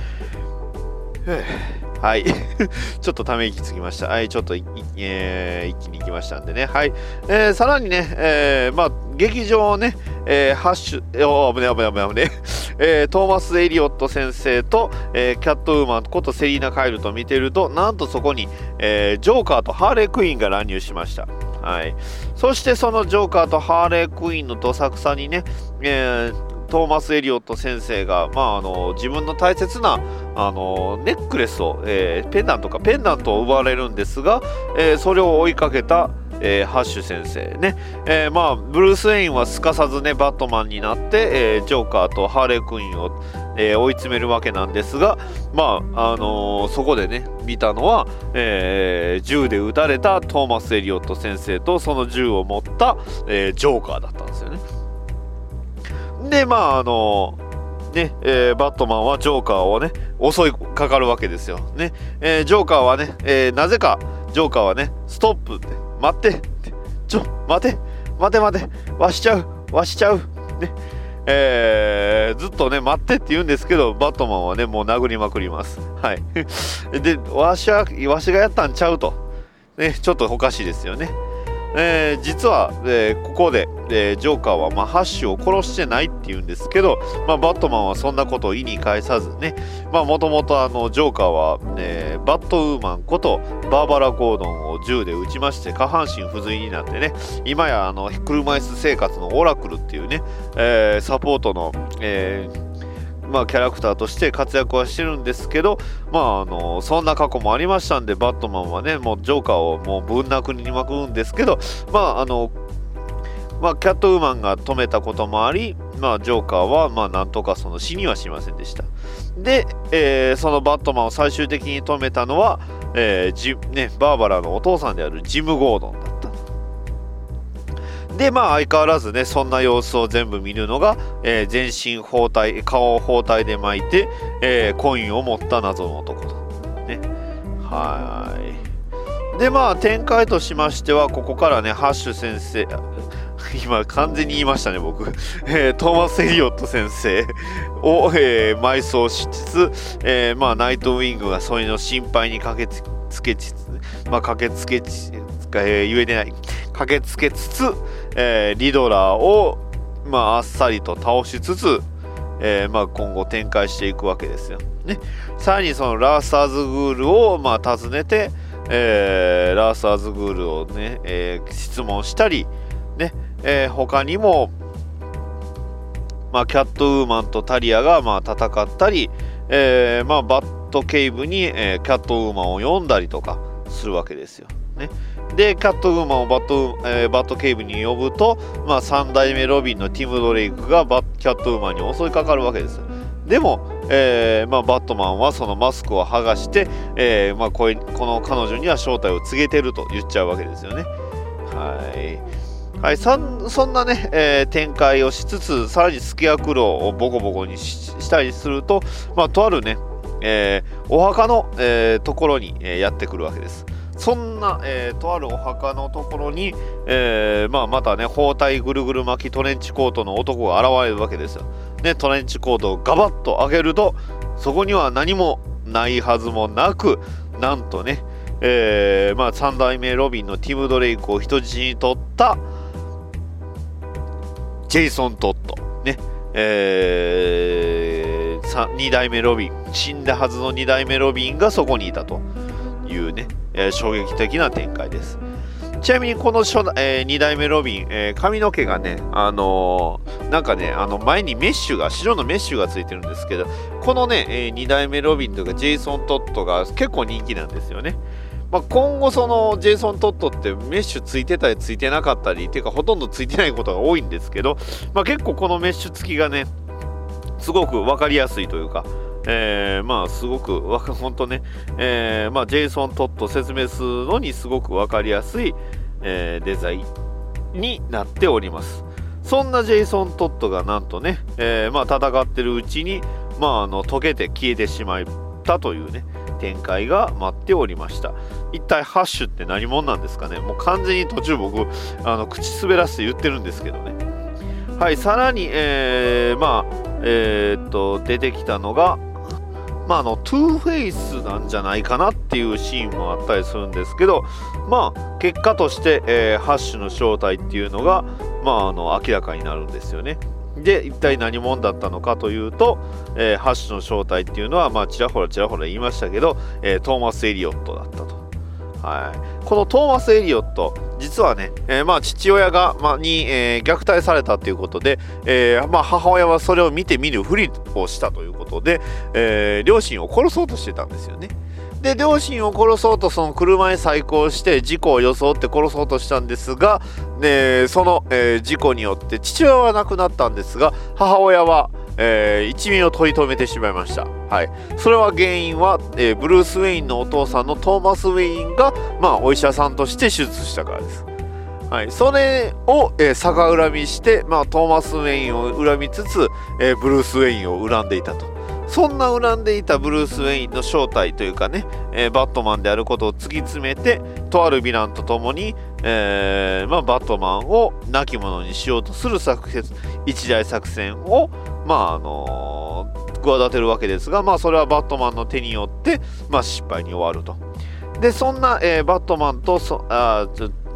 はい。ちょっとため息つきました。はい。ちょっとい、えー、一気に行きましたんでね。はい。えー、さらにね、えー、まあ、劇場をね、えー、ハッシュ、えー、危ね危ね危ね危ね、えー、トーマス・エリオット先生と、えー、キャットウーマンことセリーナ・カイルと見てると、なんとそこに、えー、ジョーカーとハーレー・クイーンが乱入しました。はい。そしてそのジョーカーとハーレー・クイーンのどさくさにね、えートーマス・エリオット先生が、まあ、あの自分の大切なあのネックレスを、えー、ペンダントかペンダントを奪われるんですが、えー、それを追いかけた、えー、ハッシュ先生ね、えー、まあブルース・ウェインはすかさずねバットマンになって、えー、ジョーカーとハーレー・クイーンを、えー、追い詰めるわけなんですが、まああのー、そこでね見たのは、えー、銃で撃たれたトーマス・エリオット先生とその銃を持った、えー、ジョーカーだったんですよね。でまああのね、えー、バットマンはジョーカーをね襲いかかるわけですよね、えー、ジョーカーはね、えー、なぜかジョーカーはねストップって待ってってちょ待て待て待てわしちゃうわしちゃうね、えー、ずっとね待ってって言うんですけどバットマンはねもう殴りまくります。はいでわしはわしがやったんちゃうとねちょっとおかしいですよね。 えー、実は、えー、ここで、えー、ジョーカーは、まあ、ハッシュを殺してないっていうんですけど、まあ、バットマンはそんなことを意に介さずね、まあ、もともとあのジョーカーは、えー、バットウーマンことバーバラ・ゴードンを銃で撃ちまして下半身不随になってね、今やあの車椅子生活のオラクルっていうね、えー、サポートの、えーまあ、キャラクターとして活躍はしてるんですけど、まあ、あのそんな過去もありましたんで、バットマンはねもうジョーカーをもうぶん殴りにまくるんですけど、まああのまあ、キャットウーマンが止めたこともあり、まあ、ジョーカーはまあなんとかその死にはしませんでした。で、えー、そのバットマンを最終的に止めたのは、えージね、バーバラのお父さんであるジム・ゴードンだった。で、まあ相変わらずね、そんな様子を全部見るのが、えー、全身包帯、顔を包帯で巻いて、えー、コインを持った謎の男と。ね。はい。で、まあ展開としましては、ここからね、ハッシュ先生、今完全に言いましたね、僕。えー、トーマス・エリオット先生を、えー、埋葬しつつ、えー、まあナイトウィングがそれの心配に駆けつけつつ、まあ駆けつけつ、えー、言えてない。駆けつけつつ、えー、リドラーを、まあ、あっさりと倒しつつ、えーまあ、今後展開していくわけですよ。ね、さらにそのラーサーズグールを、まあ、訪ねて、えー、ラーサーズグールをね、えー、質問したり、ねえー、他にも、まあ、キャットウーマンとタリアが、まあ、戦ったり、えーまあ、バットケイブに、えー、キャットウーマンを呼んだりとかするわけですよ。ね、でキャットウーマンをバット、えー、バットケイブに呼ぶと、まあ、さん代目ロビンのティム・ドレイクがバッキャットウーマンに襲いかかるわけです。でも、えーまあ、バットマンはそのマスクを剥がして、えーまあ、こ, この彼女には正体を告げてると言っちゃうわけですよね。はいはい、そ, そんなね、えー、展開をしつつ、さらにスケアクローをボコボコに し, したりすると、まあ、とあるね、えー、お墓の、えー、ところに、えー、やってくるわけです。そんな、えー、とあるお墓のところに、えーまあ、またね、包帯ぐるぐる巻きトレンチコートの男が現れるわけですよ。ね、トレンチコートをガバッと上げると、そこには何もないはずもなく、なんとね、えーまあ、さん代目ロビンのティム・ドレイクを人質に取ったジェイソン・トッド、ねえー、に代目ロビン、死んだはずのに代目ロビンがそこにいたというね、えー、衝撃的な展開です。ちなみにこの初、えー、に代目ロビン、えー、髪の毛がね、あのー、なんかね、あの前にメッシュが、白のメッシュがついてるんですけど、このね、えー、に代目ロビンというかジェイソン・トッドが結構人気なんですよね。まあ、今後そのジェイソン・トッドってメッシュついてたりついてなかったりっていうかほとんどついてないことが多いんですけど、まあ、結構このメッシュ付きがねすごく分かりやすいというか、えー、まあすごく本当ね、えー、まあジェイソン・トッド説明するのにすごく分かりやすい、えー、デザインになっております。そんなジェイソン・トッドがなんとね、えー、まあ戦ってるうちにまああの溶けて消えてしまったというね展開が待っておりました。一体ハッシュって何者なんですかね。もう完全に途中僕あの口滑らせて言ってるんですけどね。はい、さらに、えー、まあえー、っと出てきたのが、まあ、あのトゥーフェイスなんじゃないかなっていうシーンもあったりするんですけど、まあ結果として、えー、ハッシュの正体っていうのが、まあ、あの明らかになるんですよね。で一体何者だったのかというと、えー、ハッシュの正体っていうのは、まあ、ちらほらちらほら言いましたけど、えー、トーマス・エリオットだったと。はい、このトーマス・エリオット実はね、えーまあ、父親が、まあ、に、えー、虐待されたということで、えーまあ、母親はそれを見て見ぬふりをしたということで、えー、両親を殺そうとしてたんですよね。で両親を殺そうとその車に細工をして事故を装って殺そうとしたんですが、ね、その、えー、事故によって父親は亡くなったんですが母親はえー、一命を取り留めてしまいました。はい、それは原因は、えー、ブルース・ウェインのお父さんのトーマス・ウェインが、まあ、お医者さんとして手術したからです。はい、それを、えー、逆恨みして、まあ、トーマス・ウェインを恨みつつ、えー、ブルース・ウェインを恨んでいたと。そんな恨んでいたブルース・ウェインの正体というかね、えー、バットマンであることを突き詰めてとあるヴィランと共に、えーまあ、バットマンを亡き者にしようとする作戦一大作戦をまああのー、企てるわけですが、まあ、それはバットマンの手によって、まあ、失敗に終わると。でそんな、えー、バットマンとそあ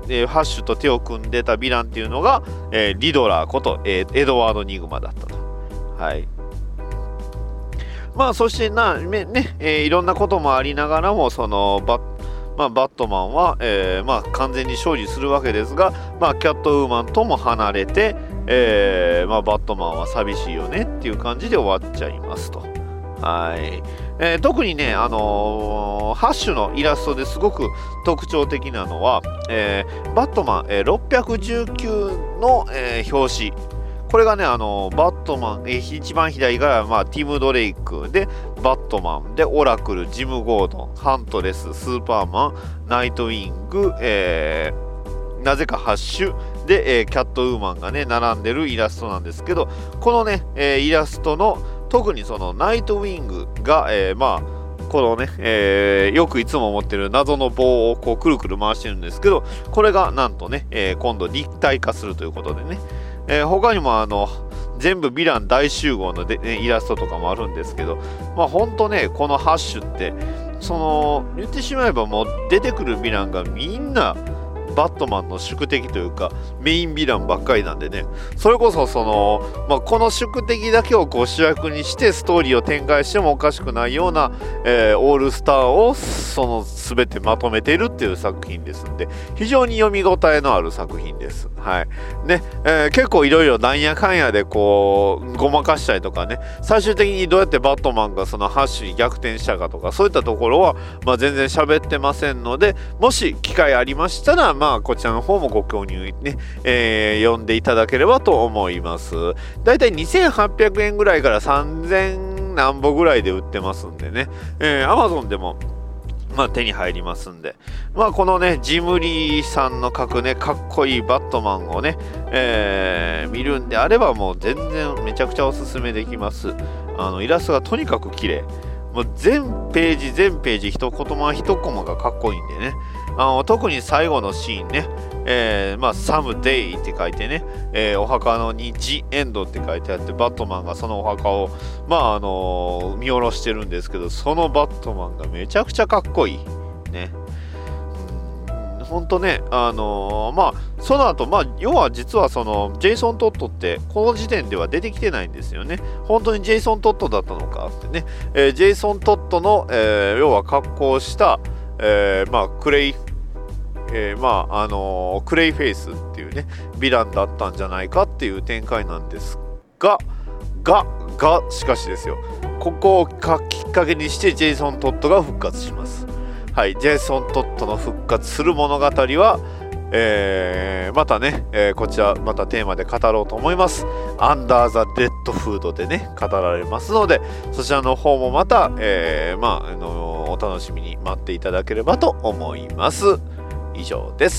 えー、ハッシュと手を組んでたヴィランっていうのが、えー、リドラーこと、えー、エドワード・ニグマだったと。はい。まあそしてな、ねえー、いろんなこともありながらもそのバッ、まあ、バットマンは、えーまあ、完全に勝利するわけですが、まあ、キャットウーマンとも離れて、えーまあ、バットマンは寂しいよねっていう感じで終わっちゃいますと。はい。えー、特にね、あのー、ハッシュのイラストですごく特徴的なのは、えー、バットマン、えー、ろっぴゃくじゅうきゅうの、えー、表紙。これがね、あのー、バットマン、えー、一番左が、まあ、ティム・ドレイクで、バットマンで、オラクル、ジム・ゴードン、ハントレス、スーパーマン、ナイトウィング、えー、なぜかハッシュで、えー、キャットウーマンがね、並んでるイラストなんですけど、このね、えー、イラストの特にそのナイトウィングが、えー、まあこのね、えー、よくいつも持ってる謎の棒をこうくるくる回してるんですけど、これがなんとね、えー、今度立体化するということでね、えー、他にもあの全部ヴィラン大集合ので、ね、イラストとかもあるんですけど、まあほんとね、このハッシュってその言ってしまえばもう出てくるヴィランがみんなバットマンの宿敵というかメインヴィランばっかりなんでね、それこそその、まあ、この宿敵だけをこう主役にしてストーリーを展開してもおかしくないような、えー、オールスターをその全てまとめているっていう作品ですんで、非常に読み応えのある作品です。はいねえー、結構いろいろなんやかんやでこうごまかしたりとかね、最終的にどうやってバットマンがそのハッシュに逆転したかとか、そういったところは、まあ、全然喋ってませんので、もし機会ありましたら、まあ、こちらの方もご購入ね、えー、読んでいただければと思います。だいたいにせんはっぴゃくえんぐらいからさんぜんなんぼぐらいで売ってますんでね、えー、Amazon でもまあ手に入りますんで、まあこのねジムリーさんの描くねかっこいいバットマンをね、えー、見るんであればもう全然めちゃくちゃおすすめできます。あのイラストがとにかく綺麗、もう全ページ全ページ一言も一コマがかっこいいんでね、あの特に最後のシーンね、えー、まあサムデイって書いてね、えー、お墓のにジエンドって書いてあって、バットマンがそのお墓をまああのー、見下ろしてるんですけど、そのバットマンがめちゃくちゃかっこいいね。ほんとね、あのー、まあその後、まあ要は実はそのジェイソン・トッドってこの時点では出てきてないんですよね。本当にジェイソン・トッドだったのかってね、えー、ジェイソン・トッドの、えー、要は格好したえー、まあクレイ、えー、まああのー、クレイフェイスっていうねヴィランだったんじゃないかっていう展開なんですがががしかしですよ、ここをきっかけにしてジェイソン・トッドが復活します。はい、ジェイソン・トッドの復活する物語は、えー、またね、えー、こちらまたテーマで語ろうと思います。アンダー・ザ・デッド・フードでね語られますので、そちらの方もまた、えー、まあ、あのー、お楽しみに待っていただければと思います。以上です。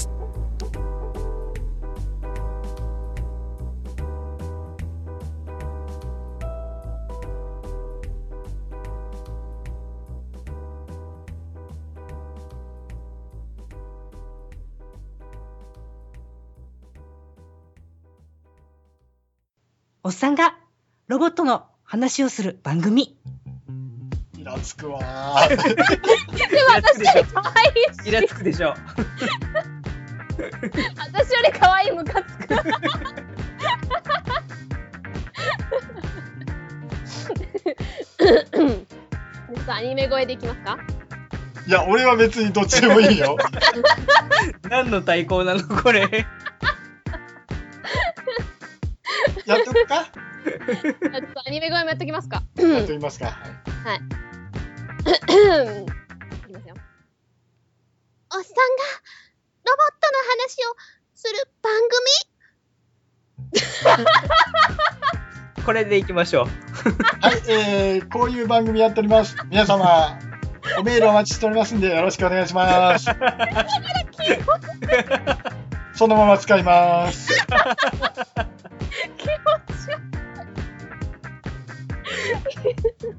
おっさんがロボットの話をする番組。 イラつくわー。 でも私より可愛いし。 イラつくでしょ。 私より可愛いムカつく。ちょっとアニメ声でいきますか？ いや、俺は別にどっちでもいいよ。 何の対抗なのこれ。 やっとくか？ ちょっとアニメ声もやっときますか？ やっときますか。 はい。いきますよ。おっさんがロボットの話をする番組。 これでいきましょう。 はい、えー、こういう番組やっております。皆様、おメールお待ちしておりますんでよろしくお願いします。そのまま使います。 気持ち悪い。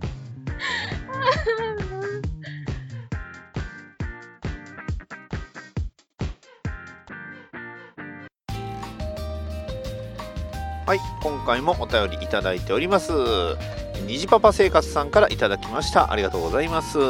はい、今回もお便りいただいております。にじパパ生活さんからいただきました。ありがとうございます。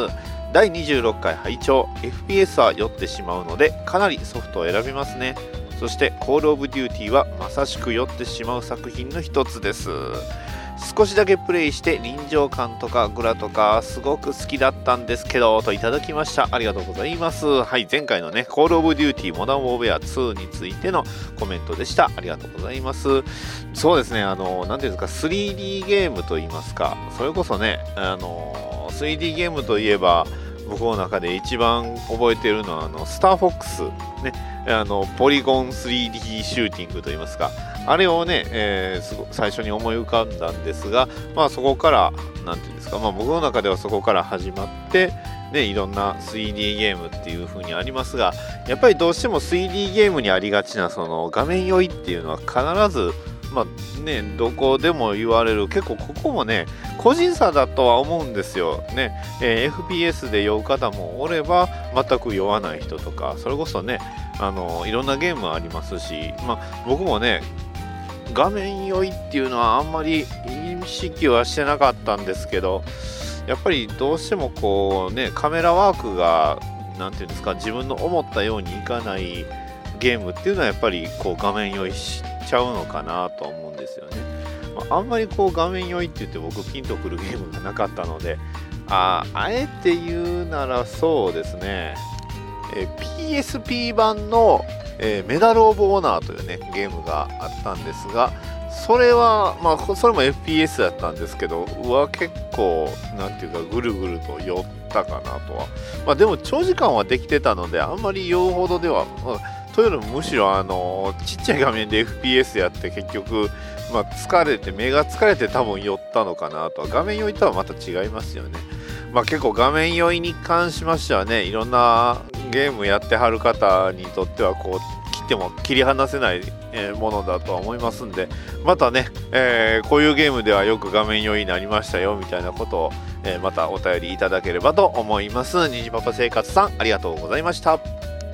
だいにじゅうろっかい拝聴 エフピーエス は酔ってしまうのでかなりソフトを選びますね。そしてコールオブデューティーはまさしく酔ってしまう作品の一つです。少しだけプレイして臨場感とかグラとかすごく好きだったんですけどといただきました。ありがとうございます。はい、前回のねコールオブデューティーモダンウォーベアツーについてのコメントでした。ありがとうございます。そうですね、あの何ていうんですか スリーディー ゲームといいますか、それこそねあの スリーディー ゲームといえば僕の中で一番覚えているのはあのスターフォックスね、あのポリゴン スリーディー シューティングといいますか、あれをね、えー、すご最初に思い浮かんだんですが、まあそこからなんていうんですか、まあ僕の中ではそこから始まってね、いろんな スリーディー ゲームっていう風にありますが、やっぱりどうしても スリーディー ゲームにありがちなその画面酔いっていうのは必ずまあね、どこでも言われる、結構ここもね個人差だとは思うんですよね、えー、エフピーエス で酔う方もおれば全く酔わない人とか、それこそねあのいろんなゲームありますし、まあ僕もね画面酔いっていうのはあんまり意識はしてなかったんですけど、やっぱりどうしてもこうねカメラワークがなんていうんですか、自分の思ったようにいかないゲームっていうのはやっぱりこう画面酔いしちゃうのかなと思うんですよね。まあ、あんまりこう画面酔いって言って僕ピンとくるゲームがなかったので、ああえて言うならそうですね、えー、ピーエスピー 版の、えー、メダルオブオーナーというねゲームがあったんですが、それはまあそれも エフピーエス だったんですけど、うわ結構なんていうかぐるぐると酔ったかなとは。まあでも長時間はできてたのであんまり酔うほどでは、まあというよりもむしろあのちっちゃい画面で エフピーエス やって結局、まあ、疲れて目が疲れて多分酔ったのかなとは。画面酔いとはまた違いますよね。まあ結構画面酔いに関しましてはね、いろんなゲームやってはる方にとってはこう切っても切り離せないものだとは思いますんで、またね、えー、こういうゲームではよく画面酔いになりましたよみたいなことを、えー、またお便りいただければと思います。にじパパ生活さんありがとうございました。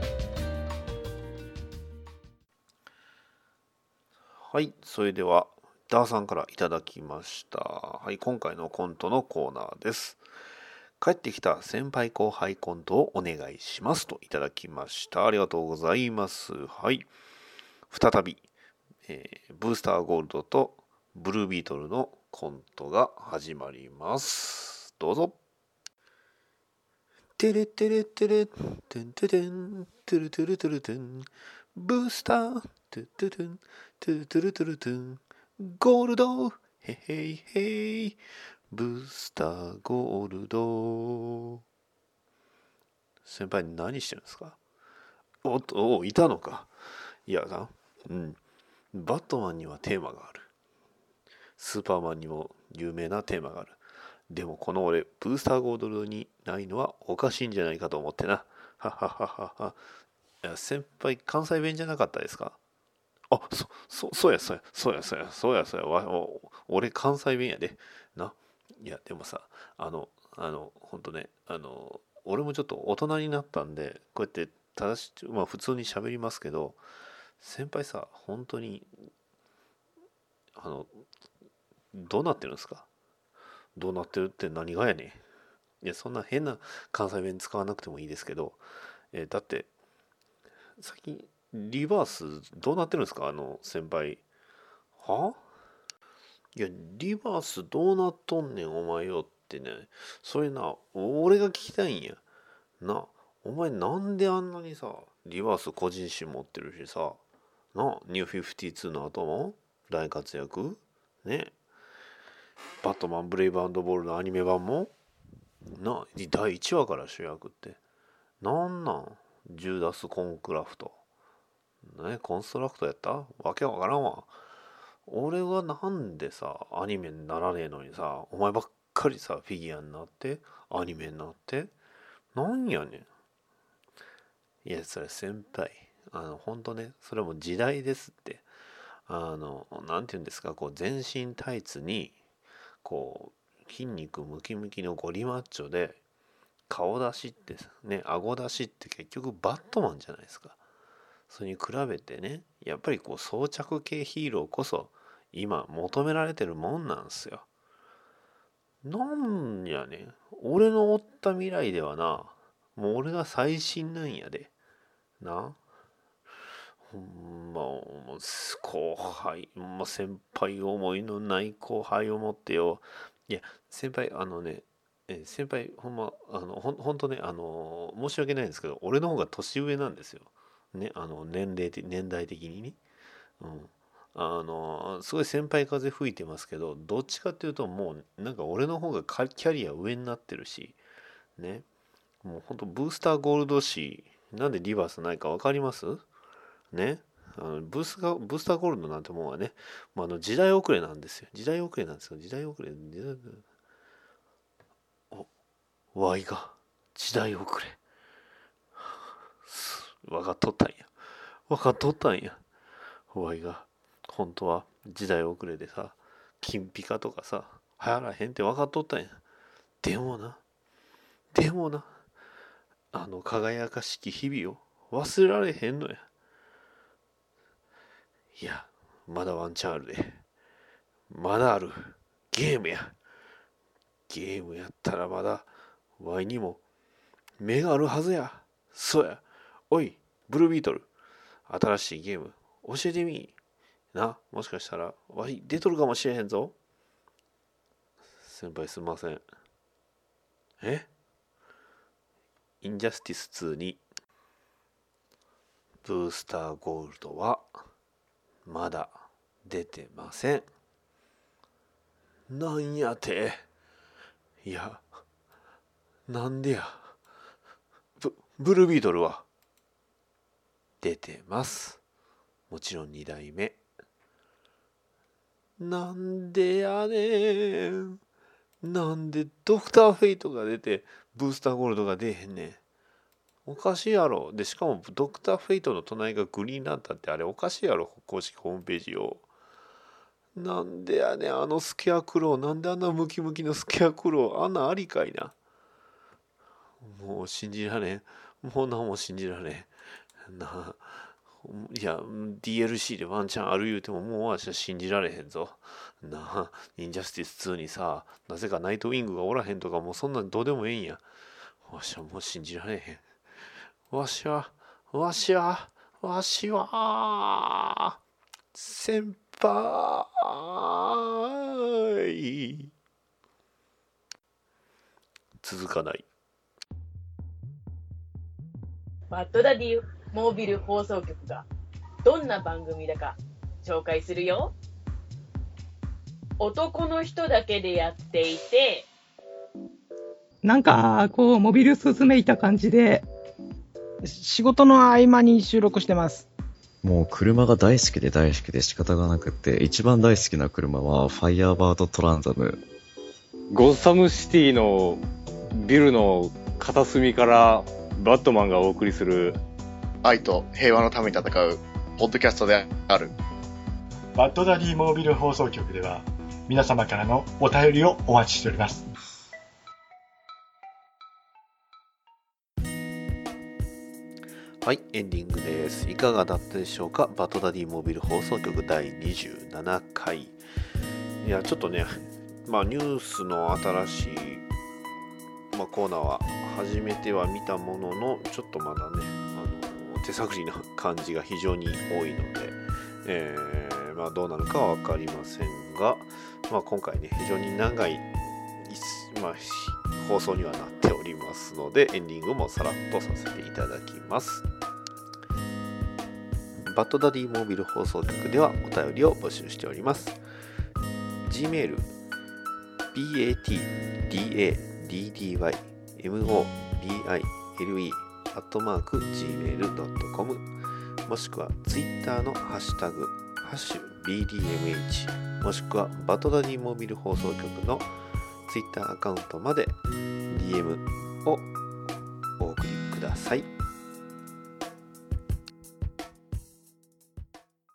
はい、それではダーさんからいただきました。はい、今回のコントのコーナーです。帰ってきた先輩後輩コントをお願いしますといただきました。ありがとうございます。はい、再び、えー、ブースターゴールドとブルービートルのコントが始まります。どうぞ。テレテレテレテンテテンテルテルテルテンブースターテテテントゥトゥルトゥルトゥンゴールドヘヘイヘイブースターゴールド。先輩何してるんですか？おっと、おいたのか。いやな、うん。バットマンにはテーマがある。スーパーマンにも有名なテーマがある。でもこの俺、ブースターゴールドにないのはおかしいんじゃないかと思ってな。ははははは。いや先輩、関西弁じゃなかったですか？あ、そ、そ、そうや、そうや、そうや、そうや、そうや、そうや、わ、お、俺関西弁やで。な。いや、でもさ、あの、あの、ほんとね、あの、俺もちょっと大人になったんで、こうやって正し、まあ普通に喋りますけど、先輩さ、本当に、あの、どうなってるんですか？どうなってるって何がやねん。いや、そんな変な関西弁使わなくてもいいですけど、えーだって、最近、リバースどうなってるんですかあの先輩。はいや、リバースどうなっとんねんお前よってね。それな、俺が聞きたいんや。な、お前なんであんなにさ、リバース個人誌持ってるしさ、な、ニューごじゅうにの後も大活躍ね。バットマンブレイブ&ボールのアニメ版もな、だいいちわから主役って。なんなんジューダス・コンクラフト。ね、コンストラクトやったわけわからんわ。俺はなんでさ、アニメにならねえのにさ、お前ばっかりさ、フィギュアになって、アニメになって、なんやねん。いや、それ先輩。あの、ほんとね、それも時代ですって。あの、なんて言うんですか、こう、全身タイツに、こう、筋肉ムキムキのゴリマッチョで、顔出しってね、顎出しって結局バットマンじゃないですか。それに比べてね、やっぱりこう装着系ヒーローこそ今求められてるもんなんすよ。 なんやねん。俺のおった未来ではな、もう俺が最新なんやで。な。ほんま、もう後輩、もう先輩思いのない後輩を持ってよ。いや、先輩、あのね、え先輩、ほんま、あの、ほんほんとね、あの、申し訳ないんですけど、俺の方が年上なんですよ。ね、あの、年齢的、年代的にね。うん。あの、すごい先輩風吹いてますけど、どっちかっていうと、もう、なんか俺の方がキャリア上になってるし、ね。もうほんとブースターゴールド誌、なんでリバースないか分かりますね。あのブースがブースターゴールドなんてもんはね、まあ、あの時代遅れなんですよ。時代遅れなんですよ。時代遅れ。時代お、ワイが時代遅れ。分かっとったんや。分かっとったんや。ワイが本当は時代遅れでさ、金ピカとかさ、流行らへんって分かっとったんや。でもな、でもな、あの輝かしき日々を忘れられへんのや。いや、まだワンチャンあるで。まだある。ゲームや。ゲームやったらまだ、ワイにも目があるはずや。そうや。おい、ブルービートル。新しいゲーム、教えてみ。な、もしかしたら、ワイ出とるかもしれへんぞ。先輩すんません。えインジャスティスツーに、ブースターゴールドは、まだ出てません。なんやて。いや、なんでや。ブ、ブルービートルは出てます。もちろんにだいめ。なんでやねん。なんでドクターフェイトが出てブースターゴールドが出えへんねん。おかしいやろ。で、しかもドクターフェイトの隣がグリーンランタンってあれおかしいやろ。公式ホームページを。なんでやねん、あのスケアクロー。なんであんなムキムキのスケアクロー。あんなありかいな。もう信じられん。もう何も信じられん。なあ。いや、ディーエルシー でワンチャンある言うてももう私は信じられへんぞ。なあ、インジャスティスツーにさ、なぜかナイトウィングがおらへんとかもうそんなんどうでもええんや。わしはもう信じられへん。わしは、わしは、わしは、先輩。続かない。 バッドダディモービル放送局がどんな番組だか紹介するよ。男の人だけでやっていて、 なんか、こう、モビルスーツめいた感じで、 仕事の合間に収録してます。 もう車が大好きで大好きで仕方がなくて、一番大好きな車はファイヤーバードトランザム。 ゴッサムシティのビルの片隅からバットマンがお送りする愛と平和のために戦うポッドキャストであるバッドダディモービル放送局では皆様からのお便りをお待ちしております。 はい、エンディングです。いかがだったでしょうか。バッドダディモービル放送局だいにじゅうななかい。いや、ちょっとね、まあニュースの新しい、まあ、コーナーは初めては見たものの、ちょっとまだね、あの手探りな感じが非常に多いので、えー、まあどうなるかは分かりませんが、まあ今回ね、非常に長い、まあ、放送にはなっておりますので、エンディングもさらっとさせていただきます。バッドダディモービル放送局ではお便りを募集しております。Gmail、battdaddymobile アットマーク ジーメールドットコム もしくは Twitter のハッシュタグハッシュ ビーディーエムエイチ もしくはバッドダディモービル放送局の Twitter アカウントまで ディーエム をお送りください。